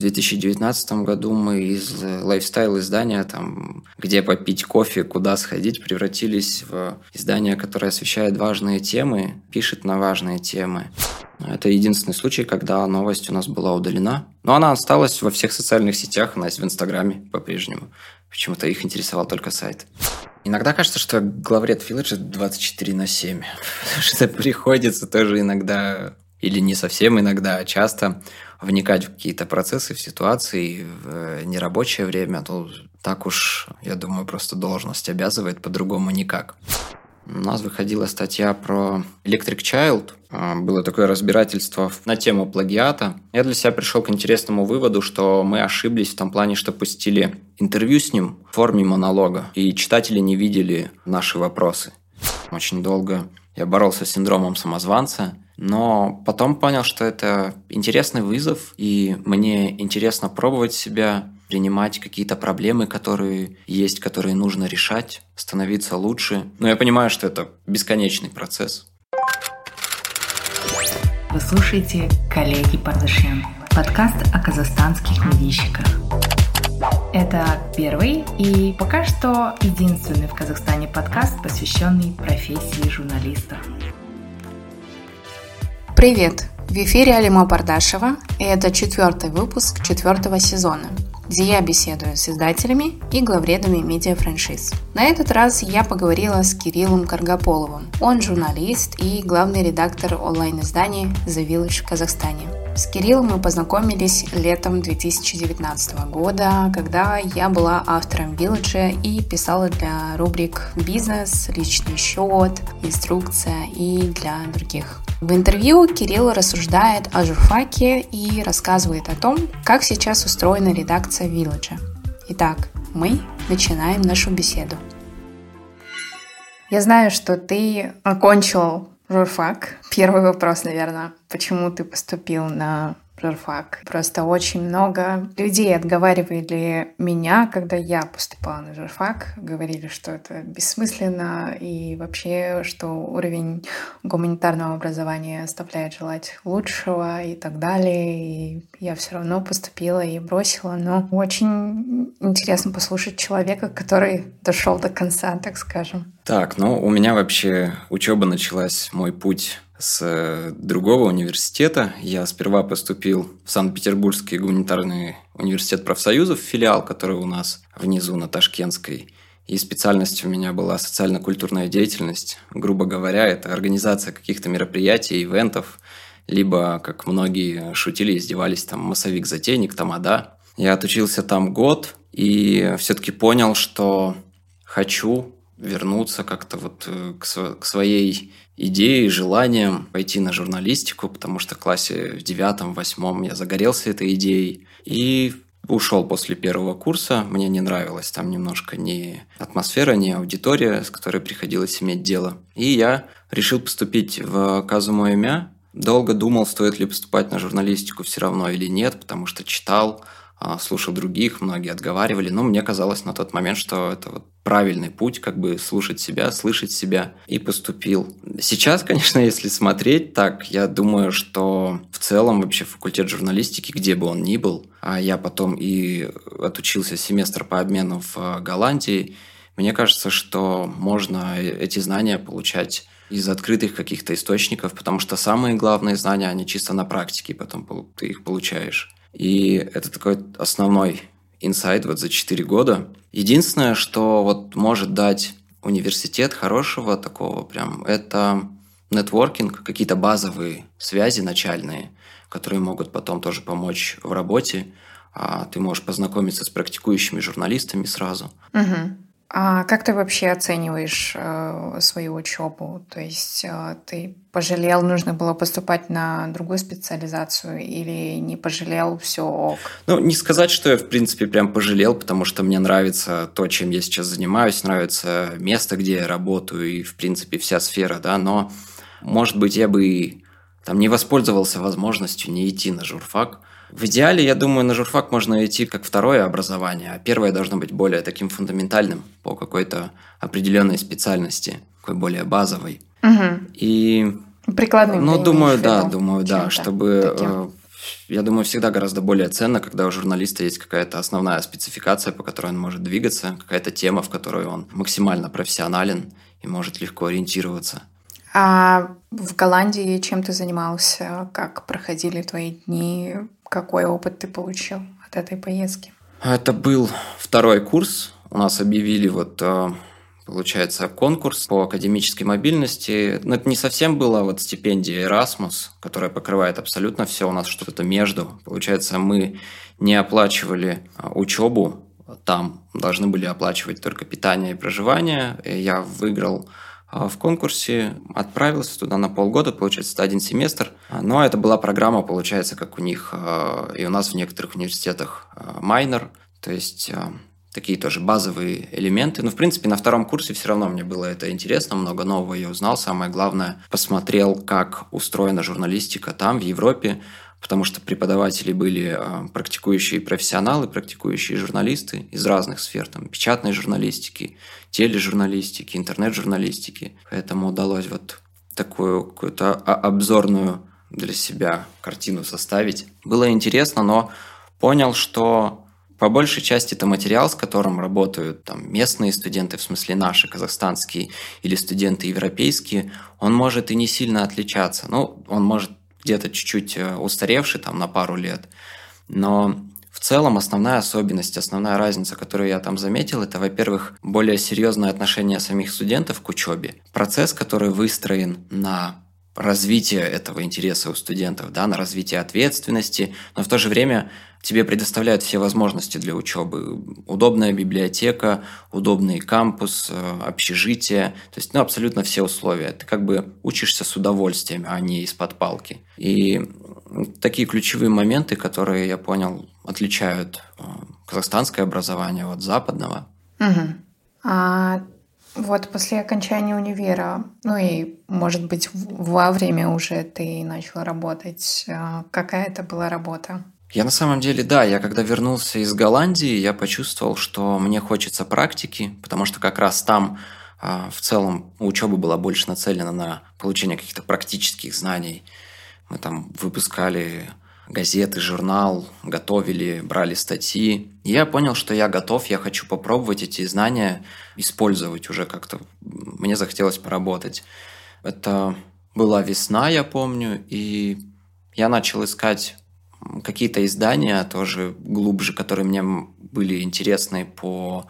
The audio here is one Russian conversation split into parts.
В 2019 году мы из лайфстайл-издания, где попить кофе, куда сходить, превратились в издание, которое освещает важные темы, пишет на важные темы. Это единственный случай, когда новость у нас была удалена. Но она осталась во всех социальных сетях, она есть в Инстаграме по-прежнему. Почему-то их интересовал только сайт. Иногда кажется, что я главред Village 24/7. Потому что приходится тоже иногда, или не совсем иногда, а часто вникать в какие-то процессы, в ситуации, в нерабочее время. То так уж, я думаю, просто должность обязывает, по-другому никак. У нас выходила статья про Electric Child. Было такое разбирательство на тему плагиата. Я для себя пришел к интересному выводу, что мы ошиблись в том плане, что пустили интервью с ним в форме монолога, и читатели не видели наши вопросы. Очень долго я боролся с синдромом самозванца, но потом понял, что это интересный вызов, и мне интересно пробовать себя, принимать какие-то проблемы, которые есть, которые нужно решать, становиться лучше. Но я понимаю, что это бесконечный процесс. Вы слушаете «Коллеги Пардашьян» – подкаст о казахстанских медийщиках. Это первый и пока что единственный в Казахстане подкаст, посвященный профессии журналиста. Привет! В эфире Алима Бардашева, и это 4-й выпуск 4-го сезона, где я беседую с издателями и главредами медиафраншиз. На этот раз я поговорила с Кириллом Каргополовым. Он журналист и главный редактор онлайн-издания The Village в Казахстане. С Кириллом мы познакомились летом 2019 года, когда я была автором Village и писала для рубрик «Бизнес», «Личный счет», «Инструкция» и для других. В интервью Кирилл рассуждает о журфаке и рассказывает о том, как сейчас устроена редакция Village. Итак, мы начинаем нашу беседу. Я знаю, что ты окончил журфак. Первый вопрос, наверное, почему ты поступил на журфак? Просто очень много людей отговаривали меня, когда я поступала на журфак. Говорили, что это бессмысленно и вообще, что уровень гуманитарного образования оставляет желать лучшего и так далее. И я все равно поступила и бросила. Но очень интересно послушать человека, который дошел до конца, так скажем. У меня вообще учеба началась, мой путь с другого университета. Я сперва поступил в Санкт-Петербургский гуманитарный университет профсоюзов, филиал, который у нас внизу на Ташкентской. И специальность у меня была социально-культурная деятельность. Грубо говоря, это организация каких-то мероприятий, ивентов, либо, как многие шутили, издевались, массовик-затейник, тамада. Я отучился там год и все-таки понял, что хочу вернуться как-то к своей идее, желаниям пойти на журналистику, потому что в классе в 9-8 я загорелся этой идеей и ушел после первого курса. Мне не нравилась там немножко ни атмосфера, ни аудитория, с которой приходилось иметь дело. И я решил поступить в КазМУМЯ. Долго думал, стоит ли поступать на журналистику все равно или нет, потому что читал, слушал других, многие отговаривали, но мне казалось на тот момент, что это правильный путь, слушать себя, слышать себя, и поступил. Сейчас, конечно, если смотреть так, я думаю, что в целом вообще факультет журналистики, где бы он ни был, а я потом и отучился семестр по обмену в Голландии, мне кажется, что можно эти знания получать из открытых каких-то источников, потому что самые главные знания, они чисто на практике, потом ты их получаешь. И это такой основной инсайт за 4 года. Единственное, что может дать университет хорошего такого это нетворкинг, какие-то базовые связи начальные, которые могут потом тоже помочь в работе. Ты можешь познакомиться с практикующими журналистами сразу. Угу. А как ты вообще оцениваешь свою учебу? То есть ты пожалел, нужно было поступать на другую специализацию или не пожалел, все ок? Не сказать, что я, в принципе, прям пожалел, потому что мне нравится то, чем я сейчас занимаюсь, нравится место, где я работаю и, в принципе, вся сфера, да, но, может быть, я бы не воспользовался возможностью не идти на журфак. В идеале, я думаю, на журфак можно идти как второе образование, а первое должно быть более таким фундаментальным по какой-то определенной специальности, такой более базовой. Угу. И прикладным. Думаю, да, чтобы я думаю, всегда гораздо более ценно, когда у журналиста есть какая-то основная спецификация, по которой он может двигаться, какая-то тема, в которой он максимально профессионален и может легко ориентироваться. А в Голландии чем ты занимался? Как проходили твои дни? Какой опыт ты получил от этой поездки? Это был второй курс. У нас объявили получается, конкурс по академической мобильности. Но это не совсем была стипендия Erasmus, которая покрывает абсолютно все. У нас что-то между. Получается, мы не оплачивали учебу там, должны были оплачивать только питание и проживание. И я выиграл в конкурсе, отправился туда на полгода, получается, это 1 семестр. Но это была программа, получается, как у них и у нас в некоторых университетах майнер, то есть такие тоже базовые элементы. Но, в принципе, на втором курсе все равно мне было это интересно, много нового я узнал. Самое главное, посмотрел, как устроена журналистика там, в Европе, потому что преподаватели были практикующие профессионалы, практикующие журналисты из разных сфер, там, печатной журналистики, тележурналистики, интернет-журналистики. Поэтому удалось такую какую-то обзорную для себя картину составить. Было интересно, но понял, что по большей части это материал, с которым работают там местные студенты, в смысле наши, казахстанские, или студенты европейские, он может и не сильно отличаться. Он может где-то чуть-чуть устаревший, там, на пару лет. Но в целом основная особенность, основная разница, которую я там заметил, это, во-первых, более серьезное отношение самих студентов к учебе. Процесс, который выстроен на развитие этого интереса у студентов, да, на развитие ответственности, но в то же время тебе предоставляют все возможности для учебы. Удобная библиотека, удобный кампус, общежитие, то есть абсолютно все условия. Ты как бы учишься с удовольствием, а не из-под палки. И такие ключевые моменты, которые, я понял, отличают казахстанское образование от западного. А после окончания универа, и, может быть, во время уже ты начал работать, какая это была работа? Я на самом деле, да, я когда вернулся из Голландии, я почувствовал, что мне хочется практики, потому что как раз там в целом учеба была больше нацелена на получение каких-то практических знаний. Мы там выпускали газеты, журнал, готовили, брали статьи. И я понял, что я готов, я хочу попробовать эти знания использовать уже как-то. Мне захотелось поработать. Это была весна, я помню, и я начал искать какие-то издания тоже глубже, которые мне были интересны по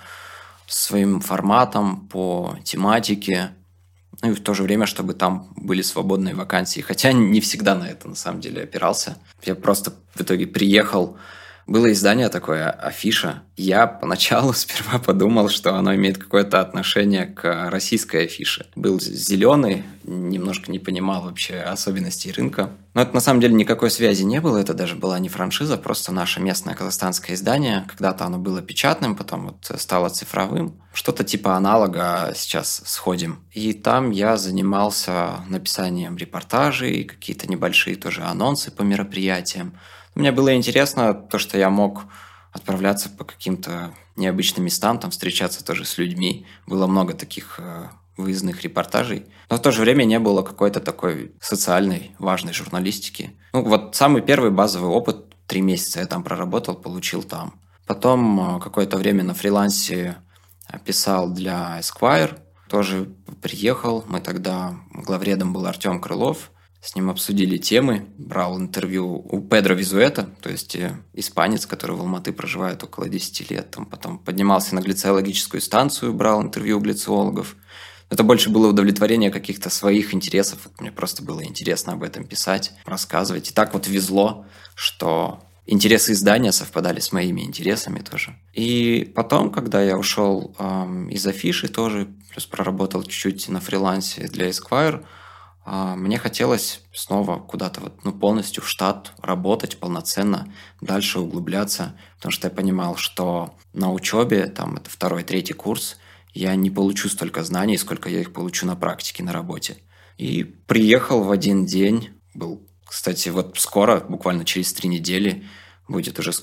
своим форматам, по тематике, и в то же время, чтобы там были свободные вакансии. Хотя не всегда на это, на самом деле, опирался. Я просто в итоге приехал. Было издание такое, Афиша. Я поначалу сперва подумал, что оно имеет какое-то отношение к российской Афише. Был зеленый, немножко не понимал вообще особенностей рынка. Но это на самом деле никакой связи не было. Это даже была не франшиза, просто наше местное казахстанское издание. Когда-то оно было печатным, потом стало цифровым. Что-то типа аналога сейчас сходим. И там я занимался написанием репортажей, какие-то небольшие тоже анонсы по мероприятиям. Мне было интересно то, что я мог отправляться по каким-то необычным местам, там встречаться тоже с людьми. Было много таких выездных репортажей. Но в то же время не было какой-то такой социальной, важной журналистики. Самый первый базовый опыт, 3 месяца я там проработал, получил там. Потом какое-то время на фрилансе писал для Esquire. Тоже приехал. Главредом был Артем Крылов. С ним обсудили темы, брал интервью у Педро Визуэта, то есть испанец, который в Алматы проживает около 10 лет. Потом поднимался на глицеологическую станцию, брал интервью у глициологов. Это больше было удовлетворение каких-то своих интересов. Мне просто было интересно об этом писать, рассказывать. И так везло, что интересы издания совпадали с моими интересами тоже. И потом, когда я ушел из Афиши тоже, плюс проработал чуть-чуть на фрилансе для Esquire, мне хотелось снова куда-то полностью в штат работать полноценно, дальше углубляться, потому что я понимал, что на учебе, это 2-3 курс, я не получу столько знаний, сколько я их получу на практике, на работе. И приехал в один день, кстати, скоро, буквально через 3 недели, будет уже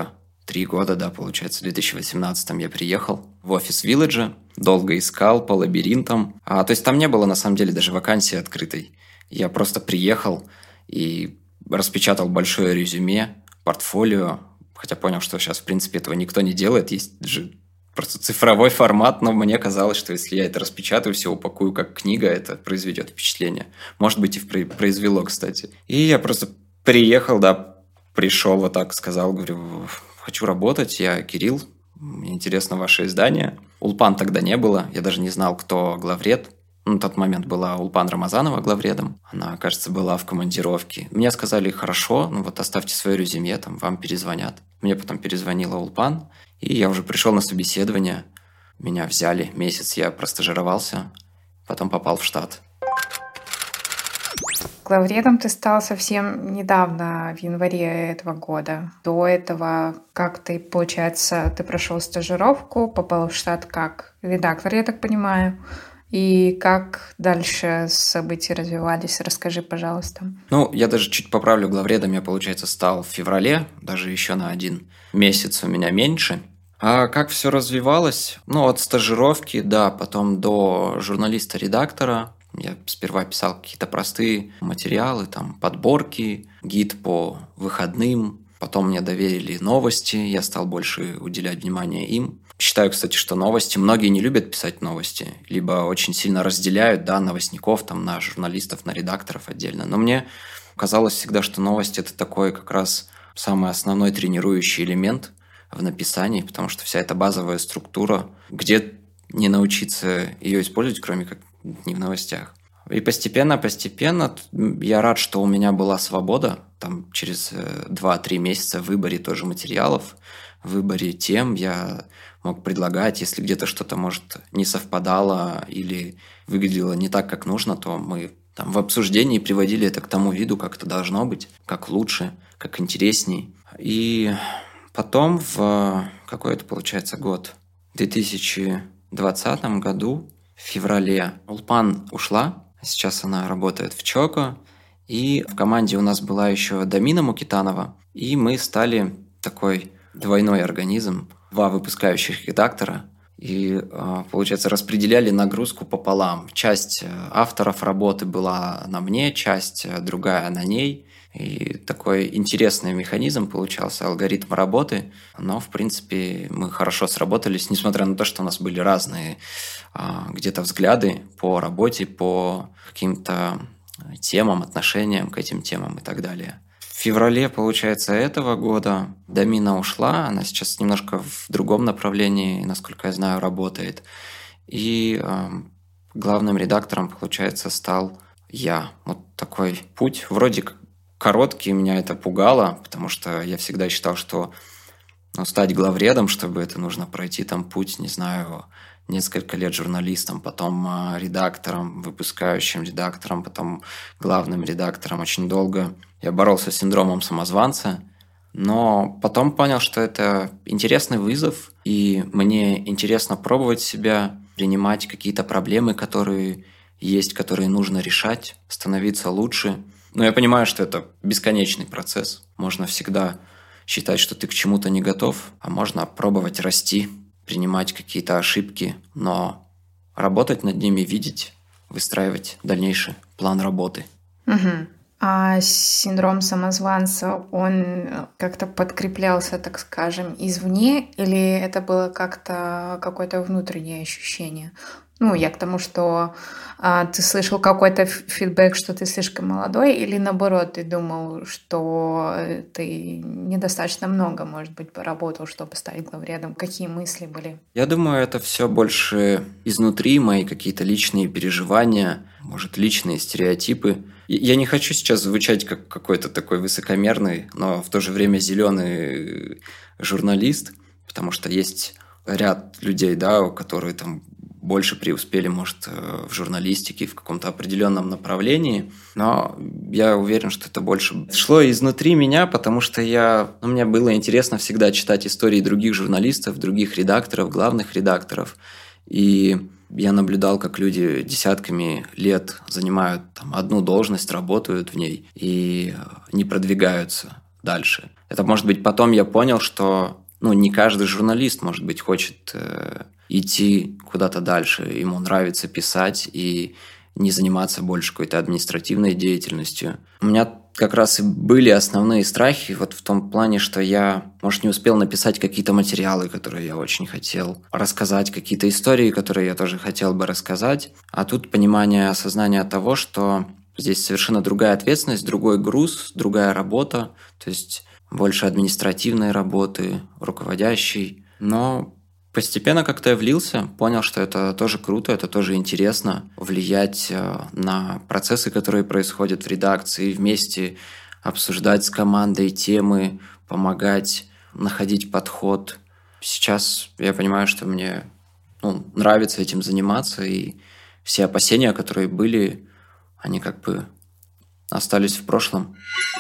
3 года, да, получается, в 2018 я приехал в офис Вилладжа, долго искал по лабиринтам. То есть там не было, на самом деле, даже вакансии открытой. Я просто приехал, и распечатал большое резюме, портфолио, хотя понял, что сейчас, в принципе, этого никто не делает, есть же просто цифровой формат, но мне казалось, что если я это распечатаю, все упакую как книга, это произведет впечатление. Может быть, и произвело, кстати. И я просто приехал, пришел вот так, сказал, говорю, хочу работать, я Кирилл, мне интересно ваше издание. Улпан тогда не было, я даже не знал, кто главред. На тот момент была Улпан Рамазанова главредом. Она, кажется, была в командировке. Мне сказали, хорошо, оставьте свое резюме, вам перезвонят. Мне потом перезвонила Улпан, и я уже пришел на собеседование. Меня взяли, месяц я простажировался, потом попал в штат. Главредом ты стал совсем недавно, в январе этого года. До этого, получается, ты прошел стажировку, попал в штат как редактор, я так понимаю. И как дальше события развивались? Расскажи, пожалуйста. Я даже чуть поправлю, главредом я, получается, стал в феврале, даже еще на 1 месяц у меня меньше. А как все развивалось? От стажировки, потом до журналиста-редактора. Я сперва писал какие-то простые материалы, подборки, гид по выходным. Потом мне доверили новости, я стал больше уделять внимание им. Считаю, кстати, что новости, многие не любят писать новости, либо очень сильно разделяют, новостников на журналистов, на редакторов отдельно. Но мне казалось всегда, что новости – это такой как раз самый основной тренирующий элемент в написании, потому что вся эта базовая структура, где не научиться ее использовать, кроме как не в новостях. И постепенно я рад, что у меня была свобода через 2-3 месяца в выборе тоже материалов, в выборе тем я мог предлагать, если где-то что-то, может, не совпадало или выглядело не так, как нужно, то мы в обсуждении приводили это к тому виду, как это должно быть, как лучше, как интересней. И потом в какой-то, получается, год, в 2020 году, в феврале, Улпан ушла, сейчас она работает в Чоко, и в команде у нас была еще Дамина Мукитанова, и мы стали такой двойной организм, 2 выпускающих редактора, и, получается, распределяли нагрузку пополам. Часть авторов работы была на мне, часть другая на ней. И такой интересный механизм получался, алгоритм работы. Но, в принципе, мы хорошо сработались, несмотря на то, что у нас были разные где-то взгляды по работе, по каким-то темам, отношениям к этим темам и так далее. В феврале, получается, этого года Дамина ушла, она сейчас немножко в другом направлении, насколько я знаю, работает. И главным редактором, получается, стал я. Вот такой путь, вроде как короткий, меня это пугало, потому что я всегда считал, что стать главредом, чтобы это нужно пройти путь, не знаю, несколько лет журналистом, потом редактором, выпускающим редактором, потом главным редактором. Очень долго я боролся с синдромом самозванца, но потом понял, что это интересный вызов, и мне интересно пробовать себя, принимать какие-то проблемы, которые есть, которые нужно решать, становиться лучше. Но я понимаю, что это бесконечный процесс. Можно всегда считать, что ты к чему-то не готов, а можно пробовать расти, принимать какие-то ошибки, но работать над ними, видеть, выстраивать дальнейший план работы. Угу. А синдром самозванца, он как-то подкреплялся, так скажем, извне, или это было как-то какое-то внутреннее ощущение? Я к тому, что ты слышал какой-то фидбэк, что ты слишком молодой, или наоборот, ты думал, что ты недостаточно много, может быть, поработал, чтобы стать главредом? Какие мысли были? Я думаю, это все больше изнутри, мои какие-то личные переживания, может, личные стереотипы. Я не хочу сейчас звучать как какой-то такой высокомерный, но в то же время зеленый журналист, потому что есть ряд людей, которые больше преуспели, может, в журналистике, в каком-то определенном направлении. Но я уверен, что это больше шло изнутри меня, потому что мне было интересно всегда читать истории других журналистов, других редакторов, главных редакторов. И я наблюдал, как люди десятками лет занимают одну должность, работают в ней и не продвигаются дальше. Это, может быть, потом я понял, что не каждый журналист, может быть, хочет идти куда-то дальше. Ему нравится писать и не заниматься больше какой-то административной деятельностью. У меня как раз и были основные страхи вот в том плане, что я, может, не успел написать какие-то материалы, которые я очень хотел рассказать, какие-то истории, которые я тоже хотел бы рассказать. А тут понимание, осознание того, что здесь совершенно другая ответственность, другой груз, другая работа, то есть больше административной работы, руководящей. Но постепенно как-то я влился, понял, что это тоже круто, это тоже интересно, влиять на процессы, которые происходят в редакции, вместе обсуждать с командой темы, помогать находить подход. Сейчас я понимаю, что мне нравится этим заниматься, и все опасения, которые были, они как бы остались в прошлом.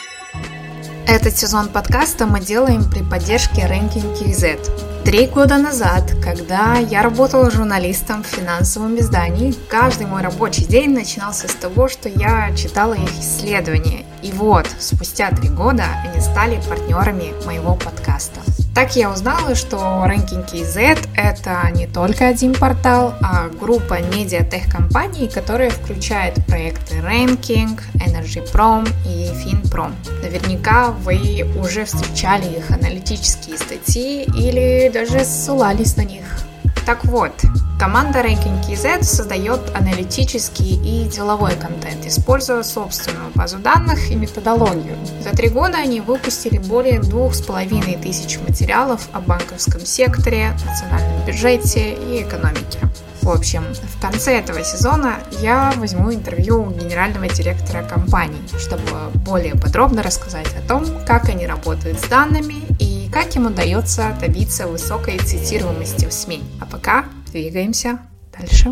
Этот сезон подкаста мы делаем при поддержке Ranking KZ. 3 года назад, когда я работала журналистом в финансовом издании, каждый мой рабочий день начинался с того, что я читала их исследования. И вот, спустя 3 года они стали партнерами моего подкаста. Так я узнала, что Ranking KZ – это не только один портал, а группа медиатех-компаний, которая включает проекты Ranking, EnergyProm и FinProm. Наверняка вы уже встречали их аналитические статьи или даже ссылались на них. Так вот, команда Ranking KZ создает аналитический и деловой контент, используя собственную базу данных и методологию. За 3 года они выпустили более 2500 материалов о банковском секторе, национальном бюджете и экономике. В общем, в конце этого сезона я возьму интервью у генерального директора компании, чтобы более подробно рассказать о том, как они работают с данными и как им удается добиться высокой цитируемости в СМИ. А пока двигаемся дальше.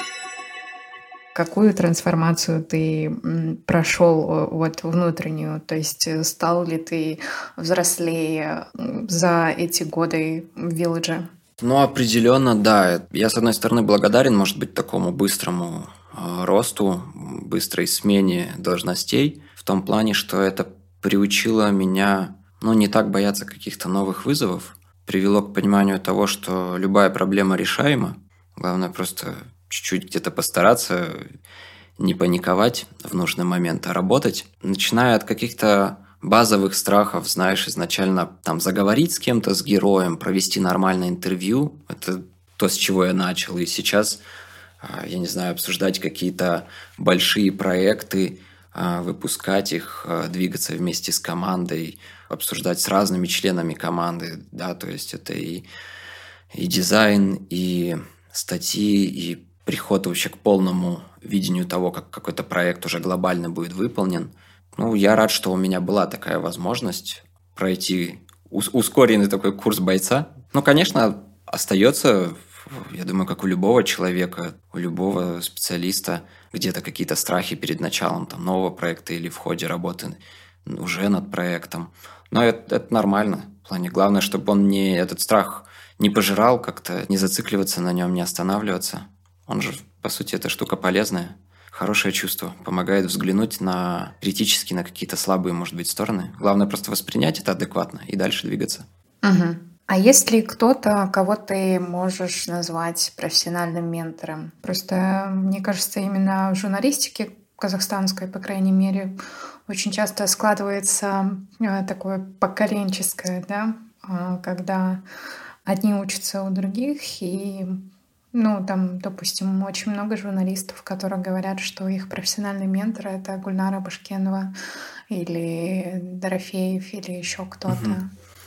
Какую трансформацию ты прошел вот внутреннюю? То есть стал ли ты взрослее за эти годы в Village? Определенно, да. Я, с одной стороны, благодарен, может быть, такому быстрому росту, быстрой смене должностей, в том плане, что это приучило меня, не так бояться каких-то новых вызовов, привело к пониманию того, что любая проблема решаема. Главное просто чуть-чуть где-то постараться, не паниковать в нужный момент, а работать. Начиная от каких-то базовых страхов, знаешь, изначально заговорить с кем-то, с героем, провести нормальное интервью. Это то, с чего я начал. И сейчас, я не знаю, обсуждать какие-то большие проекты, выпускать их, двигаться вместе с командой, обсуждать с разными членами команды. Да, то есть это и дизайн, и статьи, и приход вообще к полному видению того, как какой-то проект уже глобально будет выполнен. Я рад, что у меня была такая возможность пройти ускоренный такой курс бойца. Конечно, остается, я думаю, как у любого человека, у любого специалиста, где-то какие-то страхи перед началом нового проекта или в ходе работы уже над проектом. Но это нормально. В плане главное, чтобы он этот страх не пожирал, как-то не зацикливаться на нем, не останавливаться. Он же, по сути, эта штука полезная. Хорошее чувство, помогает взглянуть критически на какие-то слабые, может быть, стороны. Главное просто воспринять это адекватно и дальше двигаться. Угу. А есть ли кто-то, кого ты можешь назвать профессиональным ментором? Просто, мне кажется, именно в журналистике казахстанской, по крайней мере, очень часто складывается такое поколенческое, да, когда одни учатся у других, и допустим, очень много журналистов, которые говорят, что их профессиональный ментор — это Гульнара Башкенова или Дорофеев или еще кто-то.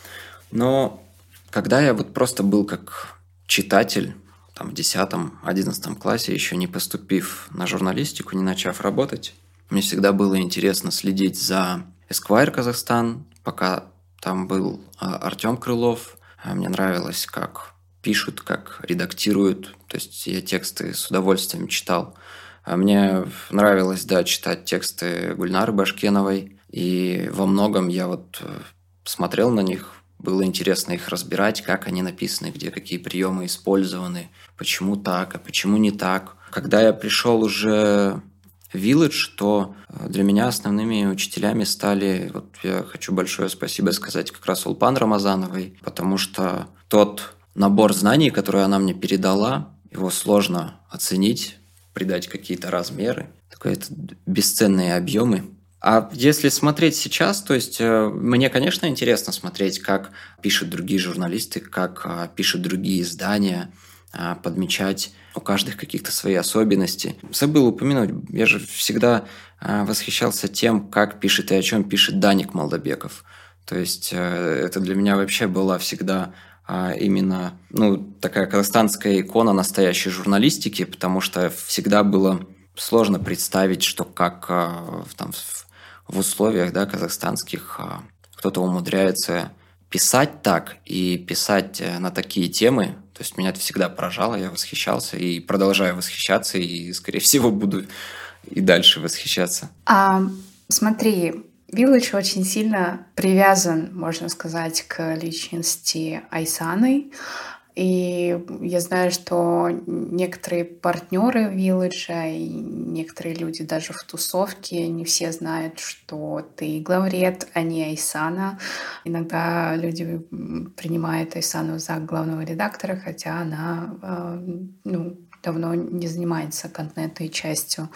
Когда я просто был как читатель, в 10-11 классе, еще не поступив на журналистику, не начав работать, мне всегда было интересно следить за Esquire Казахстан, пока там был Артем Крылов. Мне нравилось, как пишут, как редактируют. То есть я тексты с удовольствием читал. Мне нравилось, читать тексты Гульнары Башкеновой. И во многом я смотрел на них. Было интересно их разбирать, как они написаны, где какие приемы использованы, почему так, а почему не так. Когда я пришел уже в Village, то для меня основными учителями стали, я хочу большое спасибо сказать как раз Улпан Рамазановой, потому что тот набор знаний, который она мне передала, его сложно оценить, придать какие-то размеры. Это бесценные объемы. А если смотреть сейчас, то есть мне, конечно, интересно смотреть, как пишут другие журналисты, как пишут другие издания, подмечать у каждых каких-то свои особенности. Забыл упомянуть, я же всегда восхищался тем, как пишет и о чем пишет Даник Молдобеков. То есть это для меня вообще была всегда именно такая казахстанская икона настоящей журналистики, потому что всегда было сложно представить, что как там в условиях, да, казахстанских кто-то умудряется писать так и писать на такие темы. То есть меня это всегда поражало, я восхищался и продолжаю восхищаться, и, скорее всего, буду и дальше восхищаться. Смотри, Village очень сильно привязан, можно сказать, к личности Айсаны. И я знаю, что некоторые партнеры Village и некоторые люди даже в тусовке, не все знают, что ты главред, а не Айсана. Иногда люди принимают Айсану за главного редактора, хотя она давно не занимается контентной частью.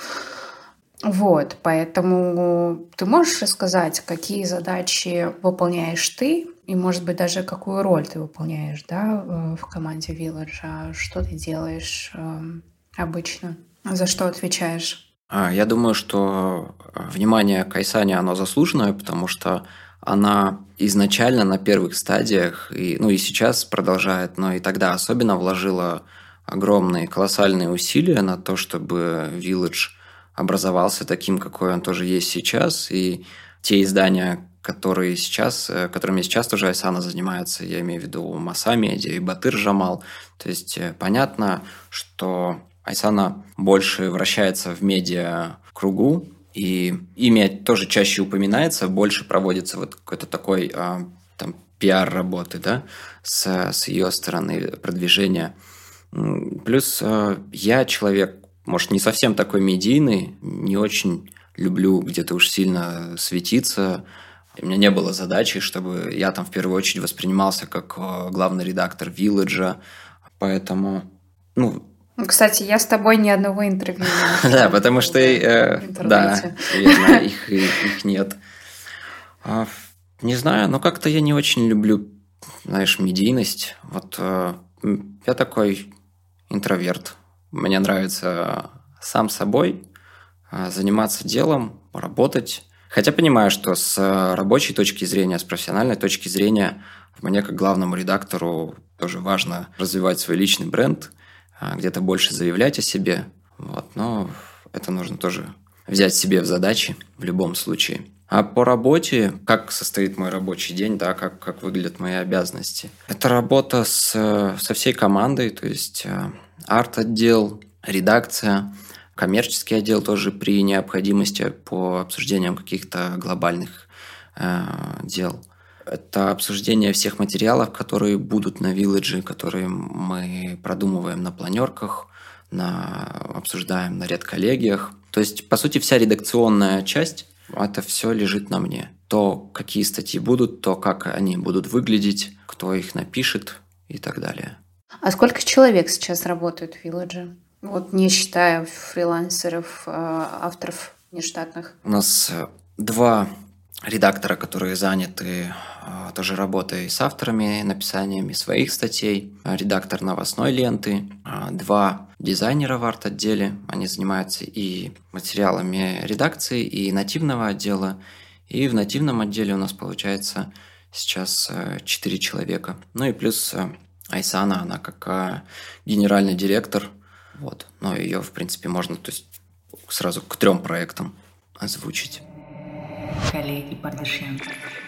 Вот, поэтому ты можешь рассказать, какие задачи выполняешь ты, и, может быть, даже какую роль ты выполняешь, да, в команде Village, что ты делаешь обычно, за что отвечаешь? Я думаю, что внимание к Айсане, оно заслуженное, потому что она изначально на первых стадиях, и сейчас продолжает, но и тогда особенно вложила огромные, колоссальные усилия на то, чтобы Village образовался таким, какой он тоже есть сейчас, и те издания, которыми сейчас тоже Айсана занимается, я имею в виду Маса Медиа и Батыр Жамал. То есть понятно, что Айсана больше вращается в медиа кругу, и имя тоже чаще упоминается, больше проводится вот какой-то такой пиар-работы, да, с ее стороны продвижения. Плюс я человек, может, не совсем такой медийный, не очень люблю где-то уж сильно светиться. У меня не было задачи, чтобы я там в первую очередь воспринимался как главный редактор Village, поэтому, Кстати, я с тобой ни одного интервью не нашла. Да, потому что, да, верно, их нет. Не знаю, но как-то я не очень люблю, знаешь, медийность. Вот я такой интроверт. Мне нравится сам собой заниматься делом, работать. Хотя понимаю, что с рабочей точки зрения, с профессиональной точки зрения, мне как главному редактору тоже важно развивать свой личный бренд, где-то больше заявлять о себе. Вот, но это нужно тоже взять себе в задачи в любом случае. А по работе, как состоит мой рабочий день, да, как выглядят мои обязанности? Это работа со всей командой, то есть арт-отдел, редакция, коммерческий отдел тоже при необходимости по обсуждениям каких-то глобальных дел. Это обсуждение всех материалов, которые будут на Village, которые мы продумываем на планерках, обсуждаем на редколлегиях. То есть, по сути, вся редакционная часть, это все лежит на мне. То, какие статьи будут, то, как они будут выглядеть, кто их напишет и так далее. А сколько человек сейчас работают в Village? Вот не считая фрилансеров, авторов нештатных. У нас 2 редактора, которые заняты тоже работой с авторами, написаниями своих статей, редактор новостной ленты, 2 дизайнера в арт-отделе, они занимаются и материалами редакции, и нативного отдела, и в нативном отделе у нас получается сейчас 4 человека. Ну и плюс Айсана, она как генеральный директор, вот, но ее, в принципе, можно, то есть, сразу к 3 проектам озвучить. Коллеги Пардашян.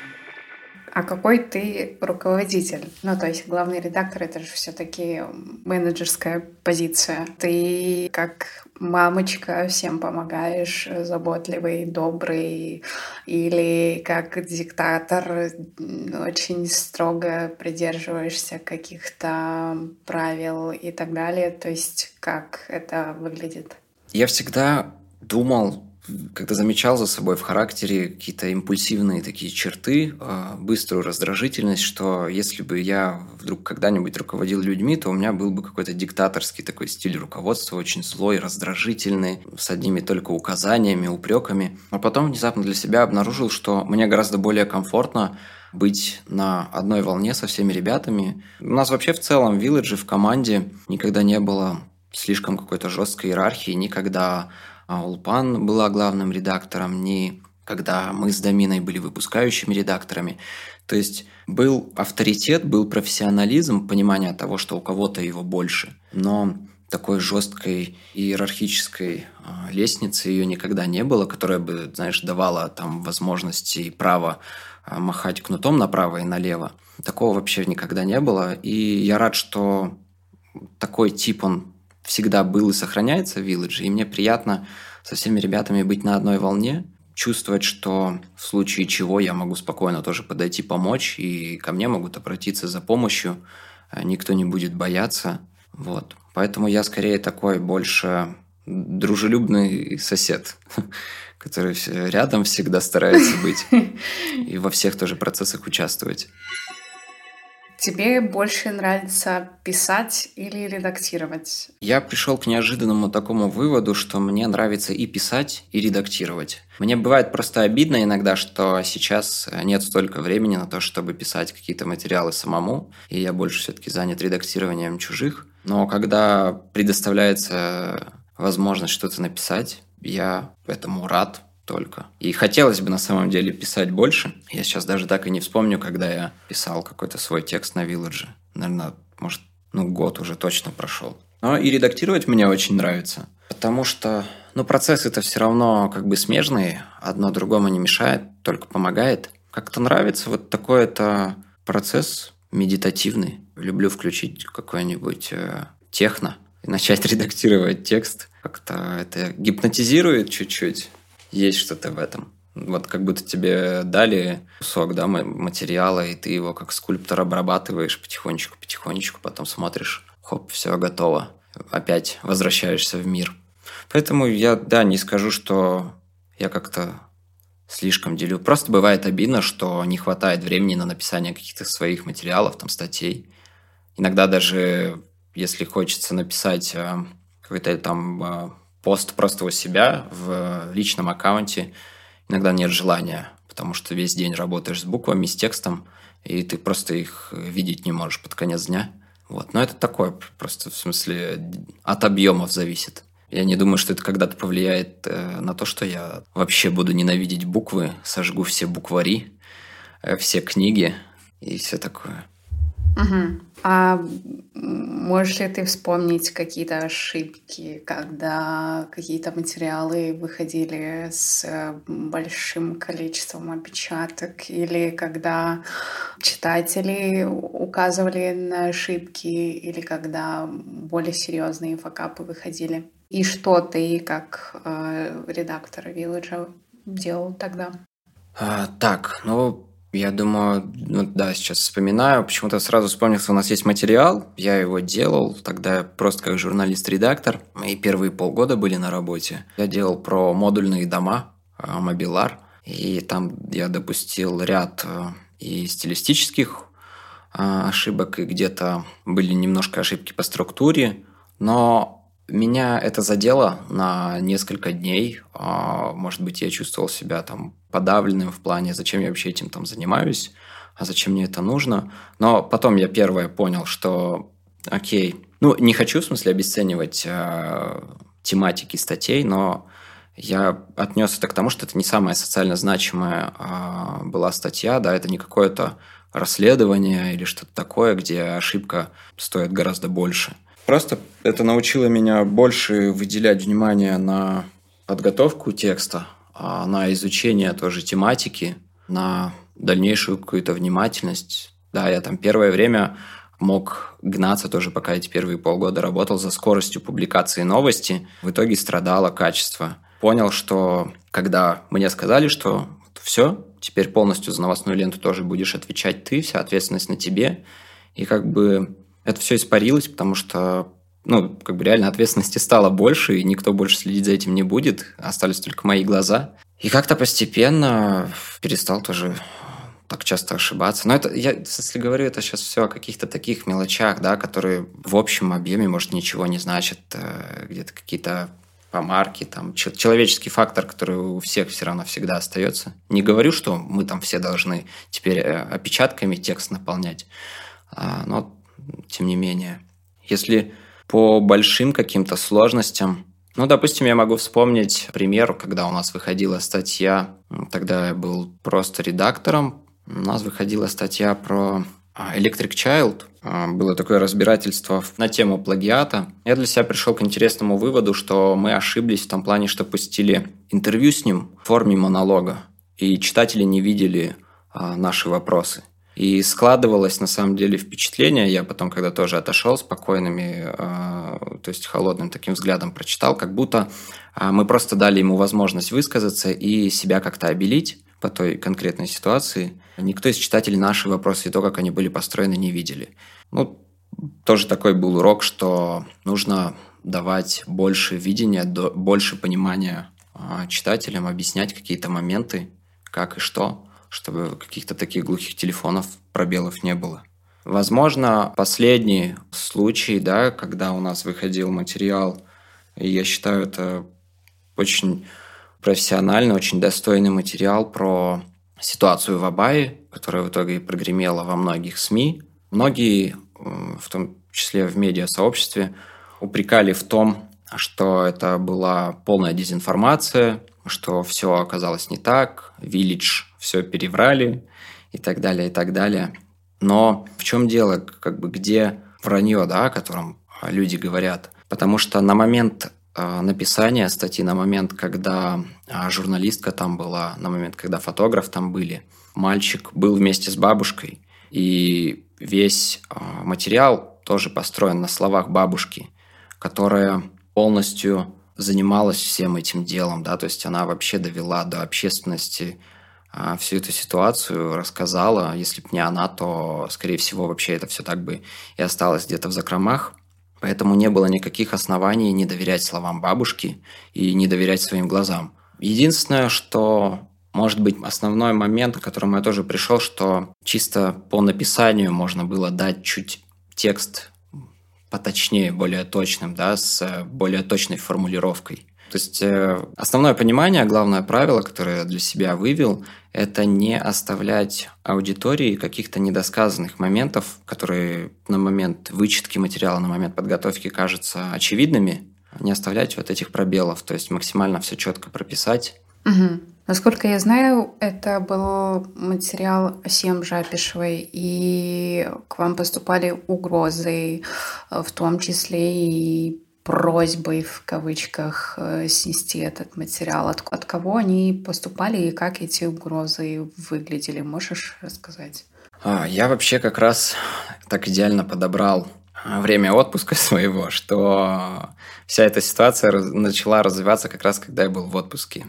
А какой ты руководитель? То есть главный редактор — это же все-таки менеджерская позиция. Ты как мамочка всем помогаешь, заботливый, добрый, или как диктатор очень строго придерживаешься каких-то правил и так далее? То есть как это выглядит? Я всегда думал, как-то замечал за собой в характере какие-то импульсивные такие черты, быструю раздражительность, что если бы я вдруг когда-нибудь руководил людьми, то у меня был бы какой-то диктаторский такой стиль руководства, очень злой, раздражительный, с одними только указаниями, упреками. А потом внезапно для себя обнаружил, что мне гораздо более комфортно быть на одной волне со всеми ребятами. У нас вообще в целом в Village, в команде никогда не было слишком какой-то жесткой иерархии, никогда Улпан была главным редактором, ни когда мы с Доминой были выпускающими редакторами. То есть был авторитет, был профессионализм, понимание того, что у кого-то его больше. Но такой жесткой иерархической лестницы ее никогда не было, которая бы, знаешь, давала там возможности и право махать кнутом направо и налево. Такого вообще никогда не было. И я рад, что такой тип, он всегда был и сохраняется в Village, и мне приятно со всеми ребятами быть на одной волне, чувствовать, что в случае чего я могу спокойно тоже подойти помочь, и ко мне могут обратиться за помощью, никто не будет бояться. Вот. Поэтому я скорее такой больше дружелюбный сосед, который рядом всегда старается быть и во всех тоже процессах участвовать. Тебе больше нравится писать или редактировать? Я пришел к неожиданному такому выводу, что мне нравится и писать, и редактировать. Мне бывает просто обидно иногда, что сейчас нет столько времени на то, чтобы писать какие-то материалы самому, и я больше все-таки занят редактированием чужих. Но когда предоставляется возможность что-то написать, я этому рад. Только. И хотелось бы на самом деле писать больше. Я сейчас даже так и не вспомню, когда я писал какой-то свой текст на Village. Наверное, может, год уже точно прошел. Но и редактировать мне очень нравится. Потому что, процессы-то все равно как бы смежные. Одно другому не мешает, только помогает. Как-то нравится вот такой-то процесс медитативный. Люблю включить какой-нибудь техно и начать редактировать текст. Как-то это гипнотизирует чуть-чуть. Есть что-то в этом. Вот как будто тебе дали кусок, да, материала, и ты его как скульптор обрабатываешь потихонечку, потом смотришь, хоп, все готово. Опять возвращаешься в мир. Поэтому я, не скажу, что я как-то слишком делю. Просто бывает обидно, что не хватает времени на написание каких-то своих материалов, там, статей. Иногда даже, если хочется написать какой-то там пост просто у себя в личном аккаунте, иногда нет желания, потому что весь день работаешь с буквами, с текстом, и ты просто их видеть не можешь под конец дня. Вот. Но это такое, просто в смысле от объемов зависит. Я не думаю, что это когда-то повлияет на то, что я вообще буду ненавидеть буквы, сожгу все буквари, все книги и все такое. Угу. А можешь ли ты вспомнить какие-то ошибки, когда какие-то материалы выходили с большим количеством опечаток, или когда читатели указывали на ошибки, или когда более серьезные факапы выходили? И что ты, как редактор Village, делал тогда? Я думаю, сейчас вспоминаю. Почему-то сразу вспомнился, у нас есть материал. Я его делал тогда просто как журналист-редактор. Мои первые полгода были на работе. Я делал про модульные дома, Mobilar. И там я допустил ряд и стилистических ошибок, и где-то были немножко ошибки по структуре. Но меня это задело на несколько дней. Может быть, я чувствовал себя там подавленным в плане, зачем я вообще этим там занимаюсь, а зачем мне это нужно. Но потом я первое понял, что окей, не хочу в смысле обесценивать тематики статей, но я отнес это к тому, что это не самая социально значимая была статья, да, это не какое-то расследование или что-то такое, где ошибка стоит гораздо больше. Просто это научило меня больше выделять внимание на подготовку текста, на изучение тоже тематики, на дальнейшую какую-то внимательность. Да, я там первое время мог гнаться тоже, пока эти первые полгода работал за скоростью публикации новости. В итоге страдало качество. Понял, что когда мне сказали, что все, теперь полностью за новостную ленту тоже будешь отвечать ты, вся ответственность на тебе, и как бы это все испарилось, потому что реально ответственности стало больше, и никто больше следить за этим не будет. Остались только мои глаза. И как-то постепенно перестал тоже так часто ошибаться. Но это, я, если говорю, это сейчас все о каких-то таких мелочах, да, которые в общем объеме, может, ничего не значат. Где-то какие-то помарки, там, человеческий фактор, который у всех все равно всегда остается. Не говорю, что мы там все должны теперь опечатками текст наполнять, но тем не менее. Если по большим каким-то сложностям, допустим, я могу вспомнить пример, когда у нас выходила статья, тогда я был просто редактором, у нас выходила статья про Electric Child, было такое разбирательство на тему плагиата. Я для себя пришел к интересному выводу, что мы ошиблись в том плане, что пустили интервью с ним в форме монолога, и читатели не видели наши вопросы. И складывалось, на самом деле, впечатление, я потом, когда тоже отошел спокойными, то есть холодным таким взглядом прочитал, как будто мы просто дали ему возможность высказаться и себя как-то обелить по той конкретной ситуации. Никто из читателей наши вопросы и то, как они были построены, не видели. Тоже такой был урок, что нужно давать больше видения, больше понимания читателям, объяснять какие-то моменты, как и что, чтобы каких-то таких глухих телефонов, пробелов не было. Возможно, последний случай, да, когда у нас выходил материал, и я считаю, это очень профессиональный, очень достойный материал про ситуацию в Абайе, которая в итоге прогремела во многих СМИ. Многие, в том числе в медиасообществе, упрекали в том, что это была полная дезинформация, что все оказалось не так, Village все переврали и так далее, и так далее. Но в чем дело, где вранье, да, о котором люди говорят? Потому что на момент написания статьи, на момент, когда журналистка там была, на момент, когда фотограф там были, мальчик был вместе с бабушкой, и весь материал тоже построен на словах бабушки, которая полностью занималась всем этим делом, да, то есть она вообще довела до общественности всю эту ситуацию, рассказала. Если бы не она, то, скорее всего, вообще это все так бы и осталось где-то в закромах. Поэтому не было никаких оснований не доверять словам бабушки и не доверять своим глазам. Единственное, что, может быть, основной момент, к которому я тоже пришел, что чисто по написанию можно было дать чуть текст поточнее, более точным, да, с более точной формулировкой. То есть основное понимание, главное правило, которое я для себя вывел, это не оставлять аудитории каких-то недосказанных моментов, которые на момент вычетки материала, на момент подготовки кажутся очевидными, не оставлять вот этих пробелов, то есть максимально все четко прописать. Угу. Насколько я знаю, это был материал Асем Жапишевой, и к вам поступали угрозы, в том числе и просьбой, в кавычках, снести этот материал. От кого они поступали и как эти угрозы выглядели? Можешь рассказать? Я вообще как раз так идеально подобрал время отпуска своего, что вся эта ситуация начала развиваться как раз, когда я был в отпуске.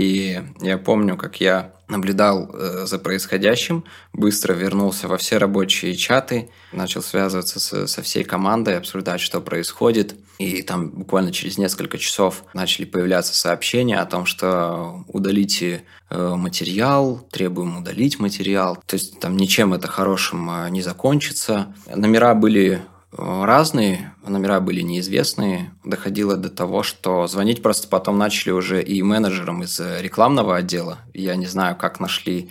И я помню, как я наблюдал за происходящим, быстро вернулся во все рабочие чаты, начал связываться со всей командой, обсуждать, что происходит. И там буквально через несколько часов начали появляться сообщения о том, что удалите материал, требуем удалить материал. То есть там ничем это хорошим не закончится. Номера были разные, номера были неизвестные. Доходило до того, что звонить просто потом начали уже и менеджерам из рекламного отдела. Я не знаю, как нашли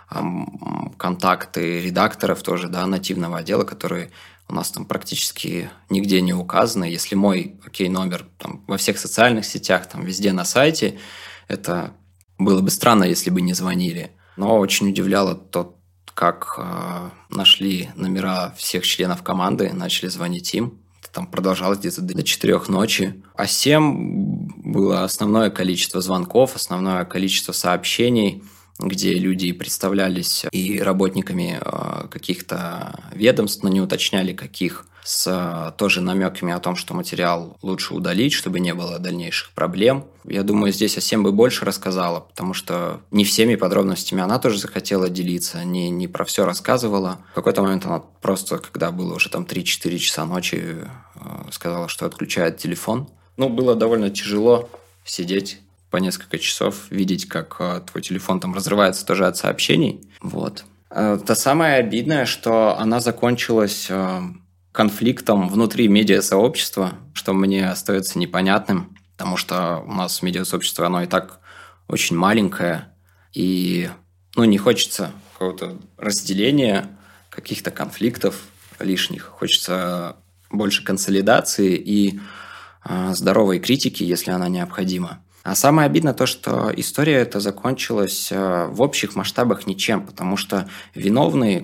контакты редакторов тоже, да, нативного отдела, которые у нас там практически нигде не указаны. Если мой номер там, во всех социальных сетях, там везде на сайте, это было бы странно, если бы не звонили. Но очень удивляло как нашли номера всех членов команды, начали звонить им. Это там продолжалось где-то до 4 ночи. А 7 было основное количество звонков, основное количество сообщений, где люди представлялись и работниками каких-то ведомств, но не уточняли каких, с тоже намеками о том, что материал лучше удалить, чтобы не было дальнейших проблем. Я думаю, здесь Асем бы больше рассказала, потому что не всеми подробностями она тоже захотела делиться, не про все рассказывала. В какой-то момент она просто, когда было уже там 3-4 часа ночи, сказала, что отключает телефон. Было довольно тяжело сидеть по несколько часов, видеть, как твой телефон там разрывается тоже от сообщений. Вот. То самое обидное, что она закончилась конфликтом внутри медиасообщества, что мне остается непонятным, потому что у нас медиасообщество, оно и так очень маленькое, и не хочется какого-то разделения, каких-то конфликтов лишних. Хочется больше консолидации и здоровой критики, если она необходима. А самое обидное то, что история эта закончилась в общих масштабах ничем, потому что виновные,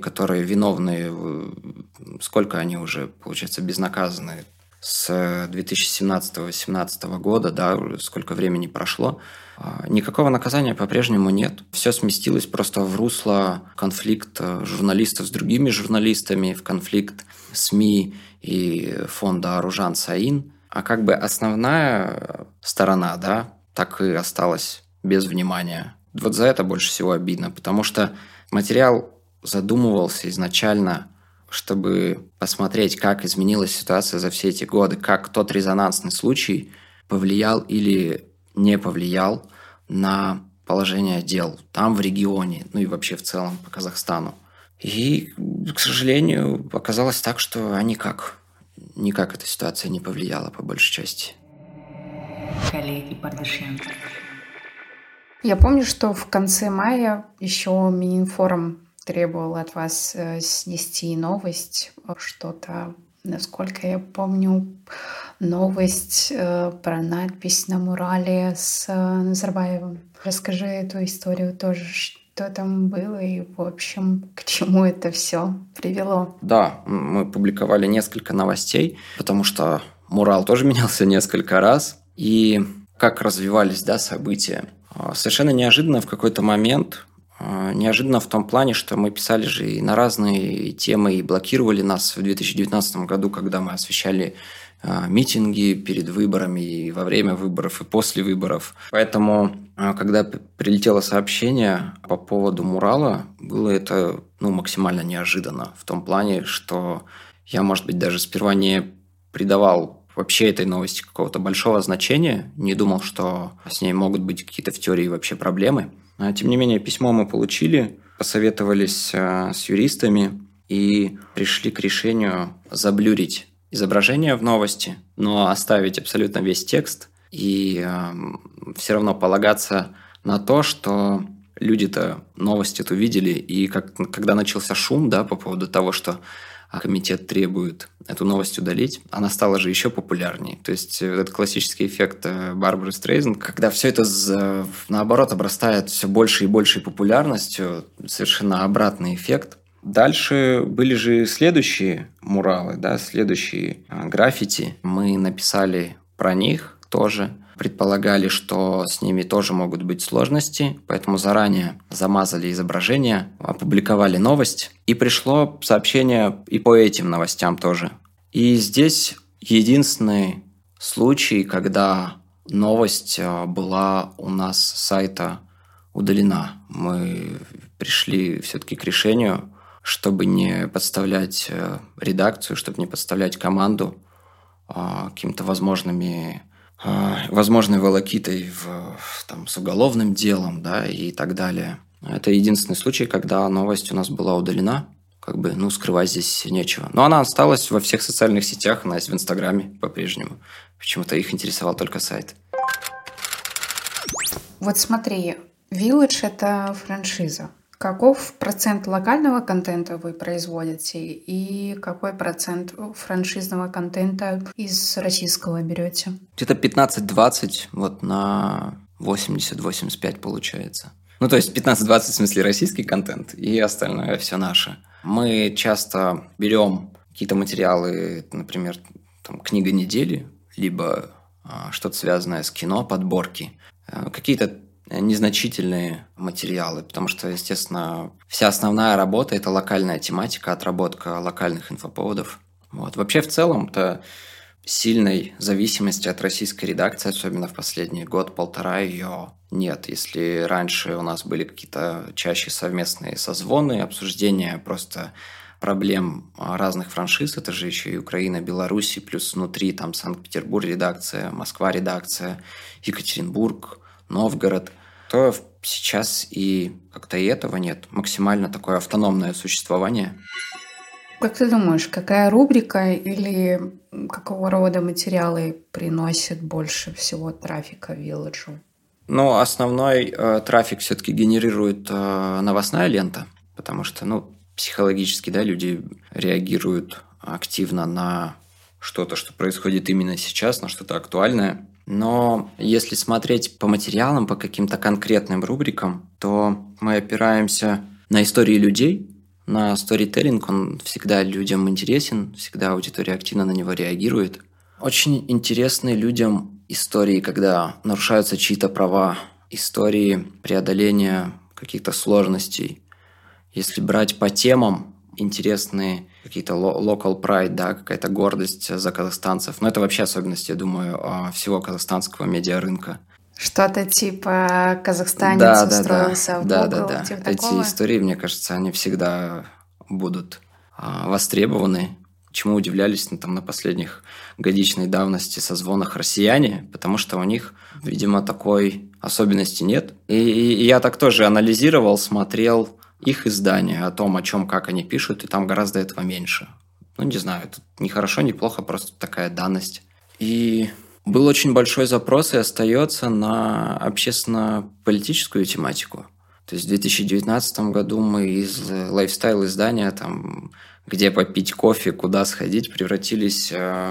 сколько они уже, получается, безнаказаны, с 2017-2018 года, да, сколько времени прошло, никакого наказания по-прежнему нет. Все сместилось просто в русло конфликта журналистов с другими журналистами, в конфликт СМИ и фонда Аружан Саин. А основная сторона, да, так и осталась без внимания. Вот за это больше всего обидно, потому что материал задумывался изначально, чтобы посмотреть, как изменилась ситуация за все эти годы, как тот резонансный случай повлиял или не повлиял на положение дел там, в регионе, и вообще в целом по Казахстану. И, к сожалению, оказалось так, что никак эта ситуация не повлияла по большей части. Коллеги Пардашян. Я помню, что в конце мая еще Мининформ требовал от вас снести новость, что-то, насколько я помню, новость про надпись на мурале с Назарбаевым. Расскажи эту историю тоже, что там было и, в общем, к чему это все привело. Да, мы публиковали несколько новостей, потому что мурал тоже менялся несколько раз. И как развивались, да, события. Совершенно неожиданно в какой-то момент, неожиданно в том плане, что мы писали же и на разные темы, и блокировали нас в 2019 году, когда мы освещали митинги перед выборами, и во время выборов, и после выборов. Поэтому, когда прилетело сообщение по поводу мурала, было это максимально неожиданно. В том плане, что я, может быть, даже сперва не придавал вообще этой новости какого-то большого значения, не думал, что с ней могут быть какие-то в теории вообще проблемы. Тем не менее, письмо мы получили, посоветовались с юристами и пришли к решению заблюрить изображение в новости, но оставить абсолютно весь текст и все равно полагаться на то, что люди-то новость эту видели, и когда начался шум, да, по поводу того, что комитет требует эту новость удалить, она стала же еще популярнее. То есть этот классический эффект Барбары Стрейзанд, когда все это наоборот обрастает все большей и большей популярностью, совершенно обратный эффект. Дальше были же следующие муралы, да, следующие граффити. Мы написали про них тоже. Предполагали, что с ними тоже могут быть сложности, поэтому заранее замазали изображение, опубликовали новость, и пришло сообщение и по этим новостям тоже. И здесь единственный случай, когда новость была у нас с сайта удалена. Мы пришли все-таки к решению, чтобы не подставлять редакцию, чтобы не подставлять команду какими-то возможной волокитой с уголовным делом, да, и так далее. Это единственный случай, когда новость у нас была удалена. Скрывать здесь нечего. Но она осталась во всех социальных сетях, она есть в Инстаграме по-прежнему. Почему-то их интересовал только сайт. Вот смотри, Village — это франшиза. Каков процент локального контента вы производите и какой процент франшизного контента из российского берете? Где-то 15-20, на 80-85 получается. То есть 15-20 в смысле российский контент, и остальное все наше. Мы часто берем какие-то материалы, например, книга недели, либо что-то связанное с кино, подборки, какие-то незначительные материалы, потому что, естественно, вся основная работа – это локальная тематика, отработка локальных инфоповодов. Вообще, в целом-то сильной зависимости от российской редакции, особенно в последний год-полтора, ее нет. Если раньше у нас были какие-то чаще совместные созвоны, обсуждения просто проблем разных франшиз, это же еще и Украина, Беларусь, плюс внутри там Санкт-Петербург редакция, Москва редакция, Екатеринбург, Новгород, то сейчас и как-то и этого нет. Максимально такое автономное существование. Как ты думаешь, какая рубрика или какого рода материалы приносят больше всего трафика Вилладжу? Ну, основной трафик все-таки генерирует новостная лента, потому что, психологически, да, люди реагируют активно на что-то, что происходит именно сейчас, на что-то актуальное. Но если смотреть по материалам, по каким-то конкретным рубрикам, то мы опираемся на истории людей, на сторителлинг, он всегда людям интересен, всегда аудитория активно на него реагирует. Очень интересны людям истории, когда нарушаются чьи-то права, истории преодоления каких-то сложностей. Если брать по темам, интересные какие-то local pride, да, какая-то гордость за казахстанцев. Но это вообще особенность, я думаю, всего казахстанского медиарынка. Что-то типа казахстанец устроился в Google, типа Эти такого? истории, мне кажется, они всегда будут востребованы. Чему удивлялись на последних годичной давности созвонах россияне, потому что у них, видимо, такой особенности нет. И я так тоже анализировал, смотрел их издания о том, о чем, как они пишут, и там гораздо этого меньше. Не знаю, это не хорошо, не плохо, просто такая данность. И был очень большой запрос и остается на общественно-политическую тематику. То есть в 2019 году мы из лайфстайл-издания, где попить кофе, куда сходить, превратились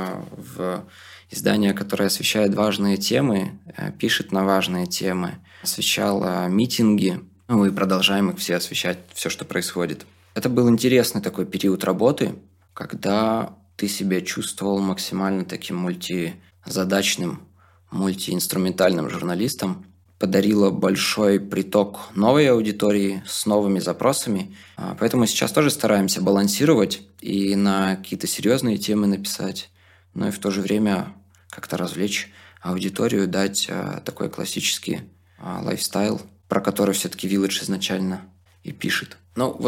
в издание, которое освещает важные темы, пишет на важные темы, освещало митинги, и продолжаем их все освещать, все, что происходит. Это был интересный такой период работы, когда ты себя чувствовал максимально таким мультизадачным, мультиинструментальным журналистом, подарила большой приток новой аудитории с новыми запросами. Поэтому сейчас тоже стараемся балансировать и на какие-то серьезные темы написать, но и в то же время как-то развлечь аудиторию, дать такой классический лайфстайл, про который все-таки Village изначально и пишет.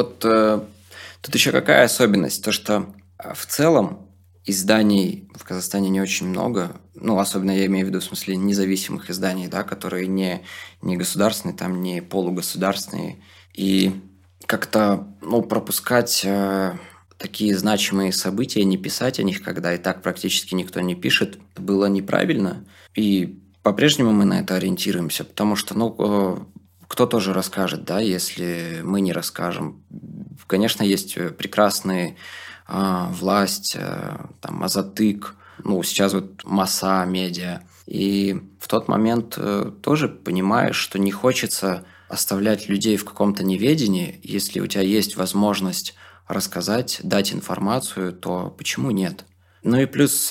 Тут еще какая особенность? То, что в целом изданий в Казахстане не очень много, особенно я имею в виду в смысле независимых изданий, да, которые не государственные, не полугосударственные. И как-то пропускать такие значимые события, не писать о них, когда и так практически никто не пишет, было неправильно. И по-прежнему мы на это ориентируемся, потому что, кто тоже расскажет, да, если мы не расскажем. Конечно, есть прекрасные власть, Азатык, сейчас Масса медиа. И в тот момент тоже понимаешь, что не хочется оставлять людей в каком-то неведении. Если у тебя есть возможность рассказать, дать информацию, то почему нет? И плюс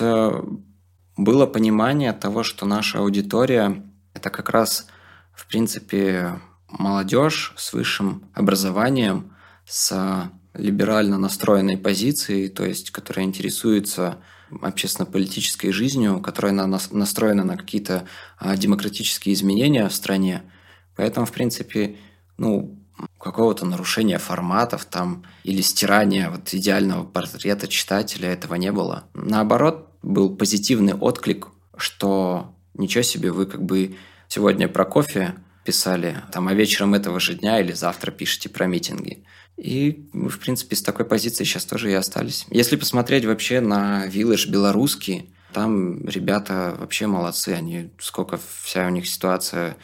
было понимание того, что наша аудитория – это как раз, в принципе, молодежь с высшим образованием, с либерально настроенной позицией, то есть которая интересуется общественно-политической жизнью, которая настроена на какие-то демократические изменения в стране. Поэтому, в принципе, какого-то нарушения форматов или стирания идеального портрета читателя этого не было. Наоборот, был позитивный отклик, что ничего себе, вы сегодня про кофе писали, а вечером этого же дня или завтра пишете про митинги. И мы, в принципе, с такой позиции сейчас тоже и остались. Если посмотреть вообще на Village белорусский, там ребята вообще молодцы. Сколько вся у них ситуация,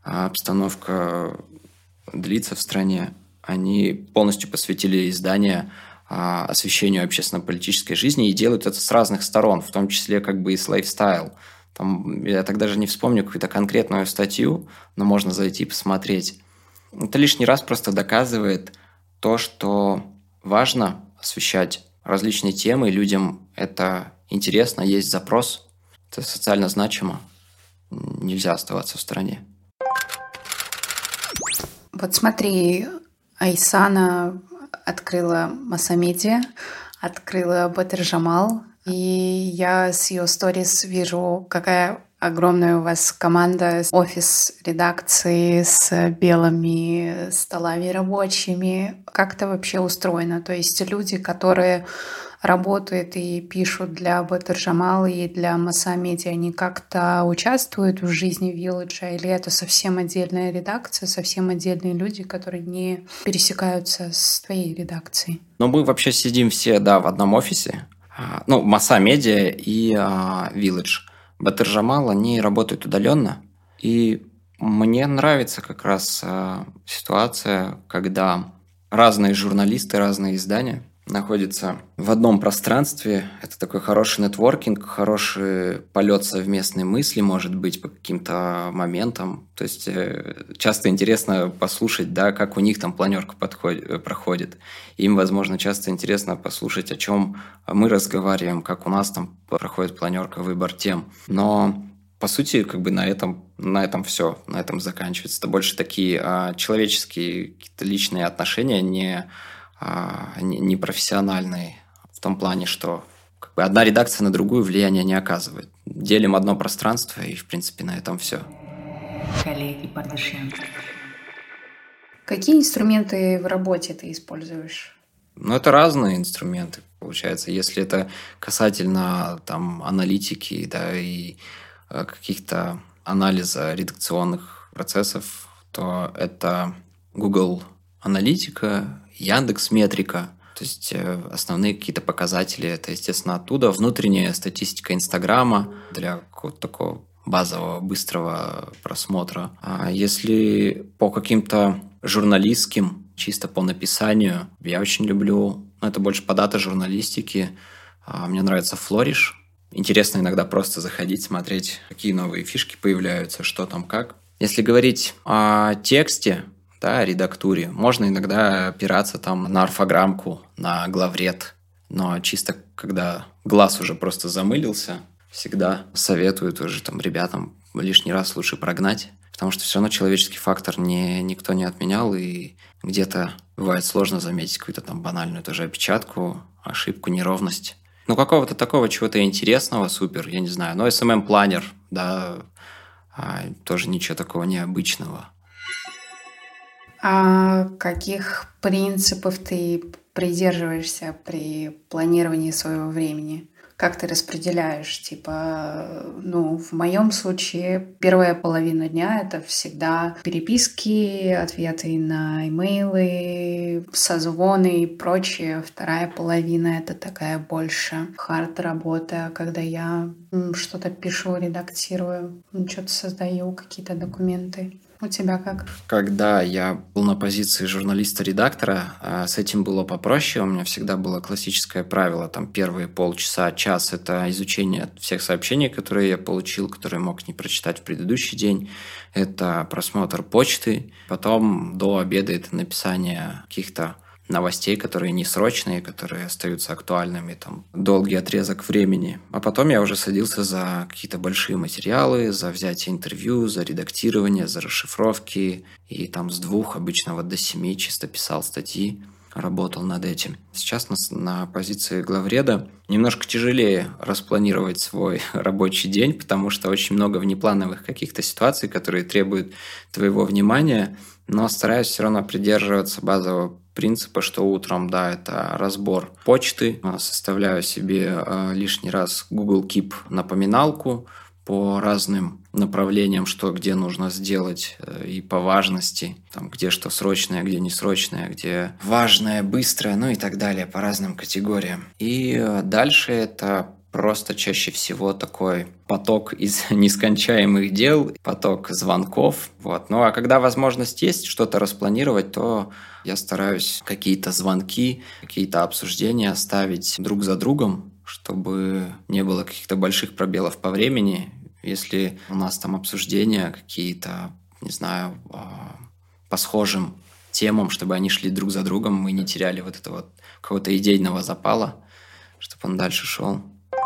обстановка длится в стране. Они полностью посвятили издание освещению общественно-политической жизни и делают это с разных сторон, в том числе и с лайфстайл. Я так даже не вспомню какую-то конкретную статью, но можно зайти и посмотреть. Это лишний раз просто доказывает то, что важно освещать различные темы, людям это интересно, есть запрос, это социально значимо, нельзя оставаться в стороне. Вот смотри, Айсана открыла Масса-медиа, открыла Батыр Жамал, и я с ее сторис вижу, какая Огромная у вас команда, офис редакции с белыми столами рабочими. Как это вообще устроено? То есть люди, которые работают и пишут для Better Jamal и для Massa Media, они как-то участвуют в жизни Village, или это совсем отдельная редакция, совсем отдельные люди, которые не пересекаются с твоей редакцией? Но мы вообще сидим все, да, в одном офисе. Massa Media и Village. Better Jamal, они работают удаленно. И мне нравится как раз ситуация, когда разные журналисты, разные издания находятся в одном пространстве. Это такой хороший нетворкинг, хороший полет совместной мысли, может быть, по каким-то моментам. То есть часто интересно послушать, да, как у них там планерка проходит. Им, возможно, часто интересно послушать, о чем мы разговариваем, как у нас там проходит планерка, выбор тем. Но по сути, как бы на этом все, на этом заканчивается. Это больше такие человеческие какие-то личные отношения, не профессиональные, в том плане, что как бы одна редакция на другую влияния не оказывает. Делим одно пространство, и, в принципе, на этом все. Коллеги Пардашян. Какие инструменты в работе ты используешь? Это разные инструменты, получается. Если это касательно там аналитики, да, и каких-то анализа редакционных процессов, то это Google Аналитика, Яндекс.Метрика. То есть основные какие-то показатели, это, естественно, оттуда. Внутренняя статистика Инстаграма для какого-то такого базового, быстрого просмотра. А если по каким-то журналистским, чисто по написанию, я очень люблю, это больше по дата-журналистике. Мне нравится Flourish. Интересно иногда просто заходить, смотреть, какие новые фишки появляются, что там как. Если говорить о тексте, да, о редактуре, можно иногда опираться там на орфограммку, на главред. Но чисто когда глаз уже просто замылился, всегда советуют уже там ребятам лишний раз лучше прогнать, потому что все равно человеческий фактор никто не отменял, и где-то бывает сложно заметить какую-то там банальную тоже опечатку, ошибку, неровность. Какого-то такого чего-то интересного, супер, я не знаю. SMM-планер, да, тоже ничего такого необычного. А каких принципов ты придерживаешься при планировании своего времени? Как ты распределяешь? В моем случае первая половина дня — это всегда переписки, ответы на имейлы, созвоны и прочее. Вторая половина — это такая больше хард-работа, когда я что-то пишу, редактирую, что-то создаю, какие-то документы. У тебя как? Когда я был на позиции журналиста-редактора, с этим было попроще. У меня всегда было классическое правило. Там первые полчаса, час – это изучение всех сообщений, которые я получил, которые мог не прочитать в предыдущий день. Это просмотр почты. Потом до обеда это написание каких-то новостей, которые не срочные, которые остаются актуальными, там, долгий отрезок времени. А потом я уже садился за какие-то большие материалы, за взятие интервью, за редактирование, за расшифровки. И там с 2 обычно до 7 чисто писал статьи, работал над этим. Сейчас на позиции главреда немножко тяжелее распланировать свой рабочий день, потому что очень много внеплановых каких-то ситуаций, которые требуют твоего внимания, но стараюсь все равно придерживаться базового принципа, что утром, да, это разбор почты, составляю себе лишний раз Google Keep напоминалку по разным направлениям, что где нужно сделать и по важности, там, где что срочное, где не срочное, где важное, быстрое, и так далее, по разным категориям. И дальше это просто чаще всего такой поток из нескончаемых дел, поток звонков. А когда возможность есть что-то распланировать, то я стараюсь какие-то звонки, какие-то обсуждения ставить друг за другом, чтобы не было каких-то больших пробелов по времени. Если у нас там обсуждения какие-то, не знаю, по схожим темам, чтобы они шли друг за другом, мы не теряли вот этого какого-то идейного запала, чтобы он дальше шел.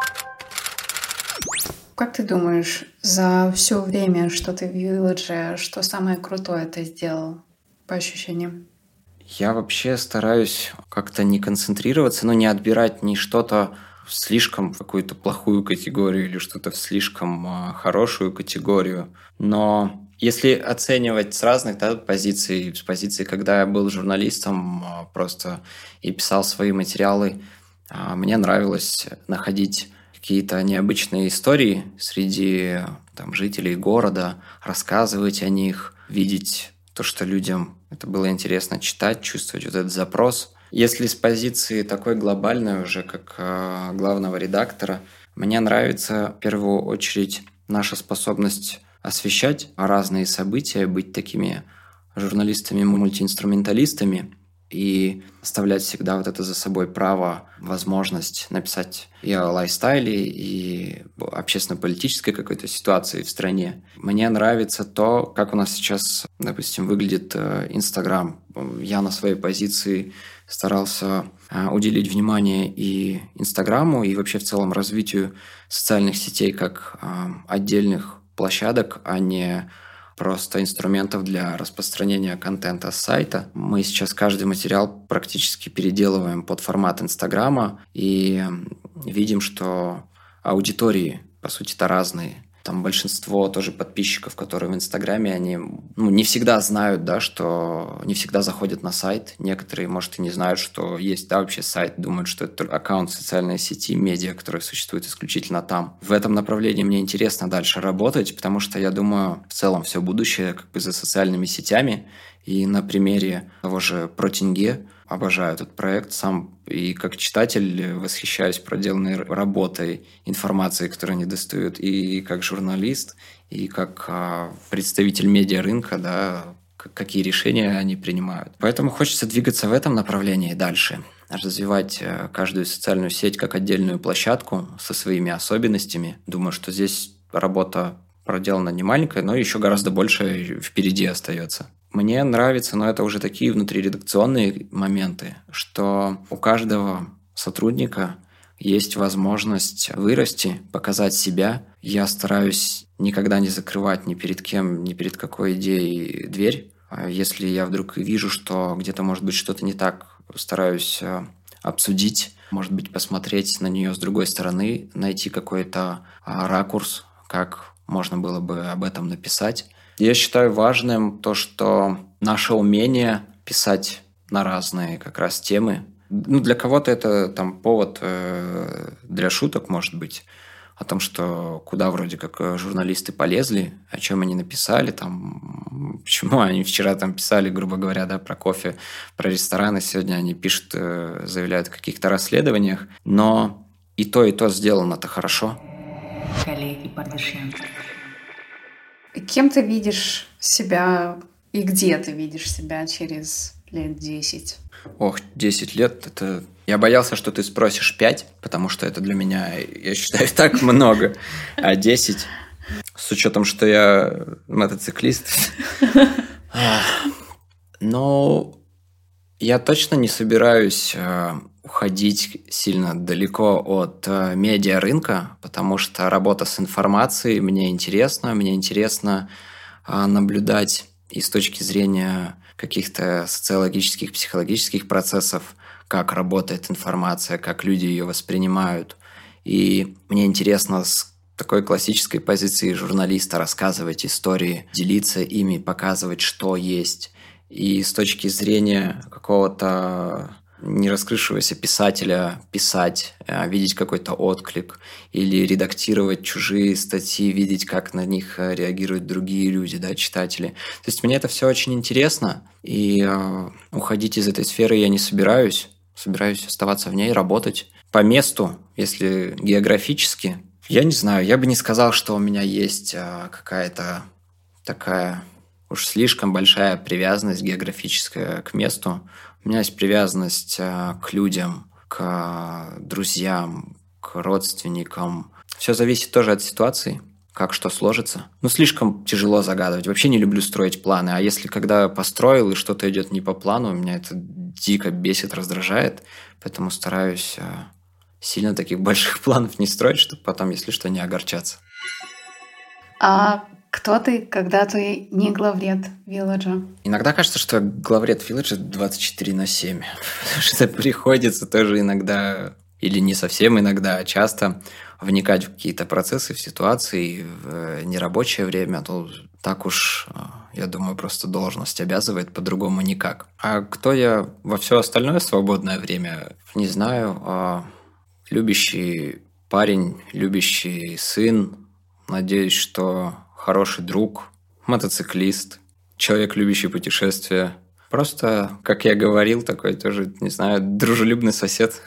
Как ты думаешь, за все время, что ты в Village, что самое крутое ты сделал по ощущениям? Я вообще стараюсь как-то не концентрироваться, не отбирать ни что-то в слишком какую-то плохую категорию или что-то в слишком хорошую категорию. Но если оценивать с разных позиций, с позиции, когда я был журналистом просто и писал свои материалы, мне нравилось находить какие-то необычные истории среди жителей города, рассказывать о них, видеть то, что людям это было интересно читать, чувствовать вот этот запрос. Если с позиции такой глобальной уже, как главного редактора, мне нравится в первую очередь наша способность освещать разные события, быть такими журналистами-мультиинструменталистами и оставлять всегда вот это за собой право, возможность написать и о лайфстайле, и общественно-политической какой-то ситуации в стране. Мне нравится то, как у нас сейчас, допустим, выглядит Инстаграм. Я на своей позиции старался уделить внимание и Инстаграму, и вообще в целом развитию социальных сетей как отдельных площадок, а не просто инструментов для распространения контента с сайта. Мы сейчас каждый материал практически переделываем под формат Инстаграма и видим, что аудитории, по сути-то, разные. Там большинство тоже подписчиков, которые в Инстаграме, они не всегда знают, что не всегда заходят на сайт. Некоторые, может, и не знают, что есть вообще сайт, думают, что это аккаунт в социальной сети, медиа, который существует исключительно там. В этом направлении мне интересно дальше работать, потому что я думаю, в целом все будущее за социальными сетями. И на примере того же Протинге обожаю этот проект сам. И как читатель восхищаюсь проделанной работой, информацией, которую они достают, и как журналист, и как представитель медиарынка, какие решения они принимают. Поэтому хочется двигаться в этом направлении дальше, развивать каждую социальную сеть как отдельную площадку со своими особенностями. Думаю, что здесь работа проделана не маленькая, но еще гораздо больше впереди остается. Мне нравится, но это уже такие внутриредакционные моменты, что у каждого сотрудника есть возможность вырасти, показать себя. Я стараюсь никогда не закрывать ни перед кем, ни перед какой идеей дверь. Если я вдруг вижу, что где-то может быть что-то не так, стараюсь обсудить, может быть, посмотреть на нее с другой стороны, найти какой-то ракурс, как можно было бы об этом написать. Я считаю важным то, что наше умение писать на разные как раз темы. Для кого-то это повод для шуток, может быть, о том, что куда вроде как журналисты полезли, о чем они написали, почему они вчера писали, грубо говоря, про кофе, про рестораны, сегодня они пишут, заявляют о каких-то расследованиях, но и то сделано-то хорошо. Коллеги Пардашьян. Кем ты видишь себя и где ты видишь себя через лет 10? 10 лет – это... Я боялся, что ты спросишь 5, потому что это для меня, я считаю, так много. А 10, с учетом, что я мотоциклист. Но я точно не собираюсь уходить сильно далеко от медиарынка, потому что работа с информацией мне интересно наблюдать и с точки зрения каких-то социологических, психологических процессов, как работает информация, как люди ее воспринимают. И мне интересно с такой классической позиции журналиста рассказывать истории, делиться ими, показывать, что есть. И с точки зрения какого-то не раскрывшегося писателя писать, видеть какой-то отклик или редактировать чужие статьи, видеть, как на них реагируют другие люди, читатели. То есть мне это все очень интересно, и уходить из этой сферы я не собираюсь. Собираюсь оставаться в ней, работать по месту, если географически. Я не знаю, я бы не сказал, что у меня есть какая-то такая уж слишком большая привязанность географическая к месту. У меня есть привязанность к людям, к друзьям, к родственникам. Все зависит тоже от ситуации, как что сложится. Слишком тяжело загадывать. Вообще не люблю строить планы. А если когда построил и что-то идет не по плану, меня это дико бесит, раздражает. Поэтому стараюсь сильно таких больших планов не строить, чтобы потом, если что, не огорчаться. А кто ты, когда ты не главред Вилладжа? Иногда кажется, что главред Вилладжа 24/7. Потому что приходится тоже иногда или не совсем иногда, а часто вникать в какие-то процессы, в ситуации в нерабочее время, то так уж, я думаю, просто должность обязывает, по-другому никак. А кто я во все остальное свободное время, не знаю. Любящий парень, любящий сын, надеюсь, что хороший друг, мотоциклист, человек, любящий путешествия. Просто, как я говорил, такой тоже, не знаю, дружелюбный сосед.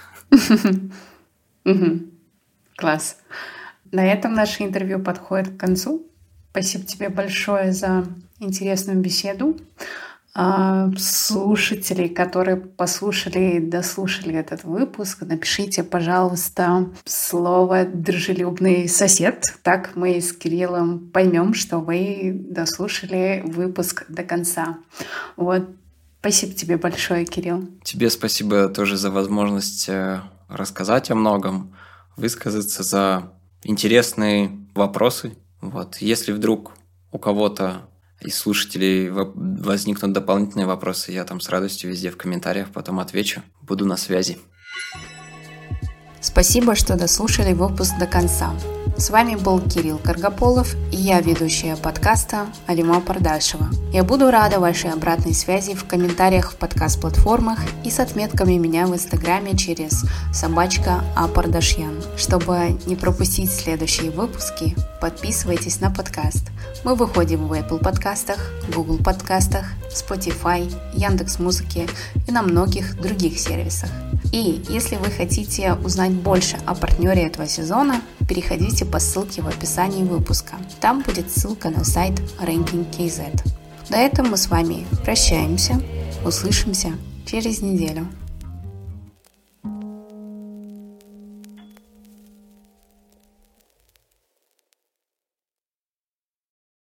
Класс. На этом наше интервью подходит к концу. Спасибо тебе большое за интересную беседу. Слушателей, которые послушали и дослушали этот выпуск, напишите, пожалуйста, слово «дружелюбный сосед». Так мы с Кириллом поймем, что вы дослушали выпуск до конца. Спасибо тебе большое, Кирилл. Тебе спасибо тоже за возможность рассказать о многом, высказаться, за интересные вопросы. Если вдруг у кого-то из слушателей возникнут дополнительные вопросы, я там с радостью везде в комментариях потом отвечу. Буду на связи. Спасибо, что дослушали выпуск до конца. С вами был Кирилл Каргополов и я, ведущая подкаста Алима Пардашева. Я буду рада вашей обратной связи в комментариях в подкаст-платформах и с отметками меня в Инстаграме через @apardashyan. Чтобы не пропустить следующие выпуски, подписывайтесь на подкаст. Мы выходим в Apple подкастах, Google подкастах, Spotify, Яндекс.Музыке и на многих других сервисах. И если вы хотите узнать больше о партнере этого сезона, переходите по ссылке в описании выпуска. Там будет ссылка на сайт Ranking.kz. На этом мы с вами прощаемся. Услышимся через неделю.